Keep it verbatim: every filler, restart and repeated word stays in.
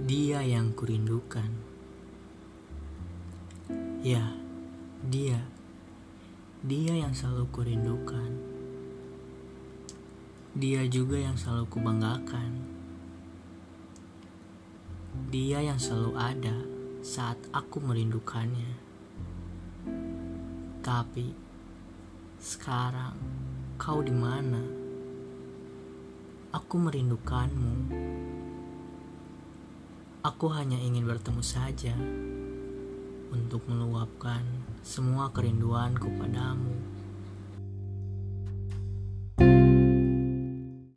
Dia yang kurindukan. Ya, dia. Dia yang selalu kurindukan. Dia juga yang selalu kubanggakan. Dia yang selalu ada saat aku merindukannya. Tapi sekarang kau di mana? Aku merindukanmu. Aku hanya ingin bertemu saja untuk meluapkan semua kerinduanku padamu.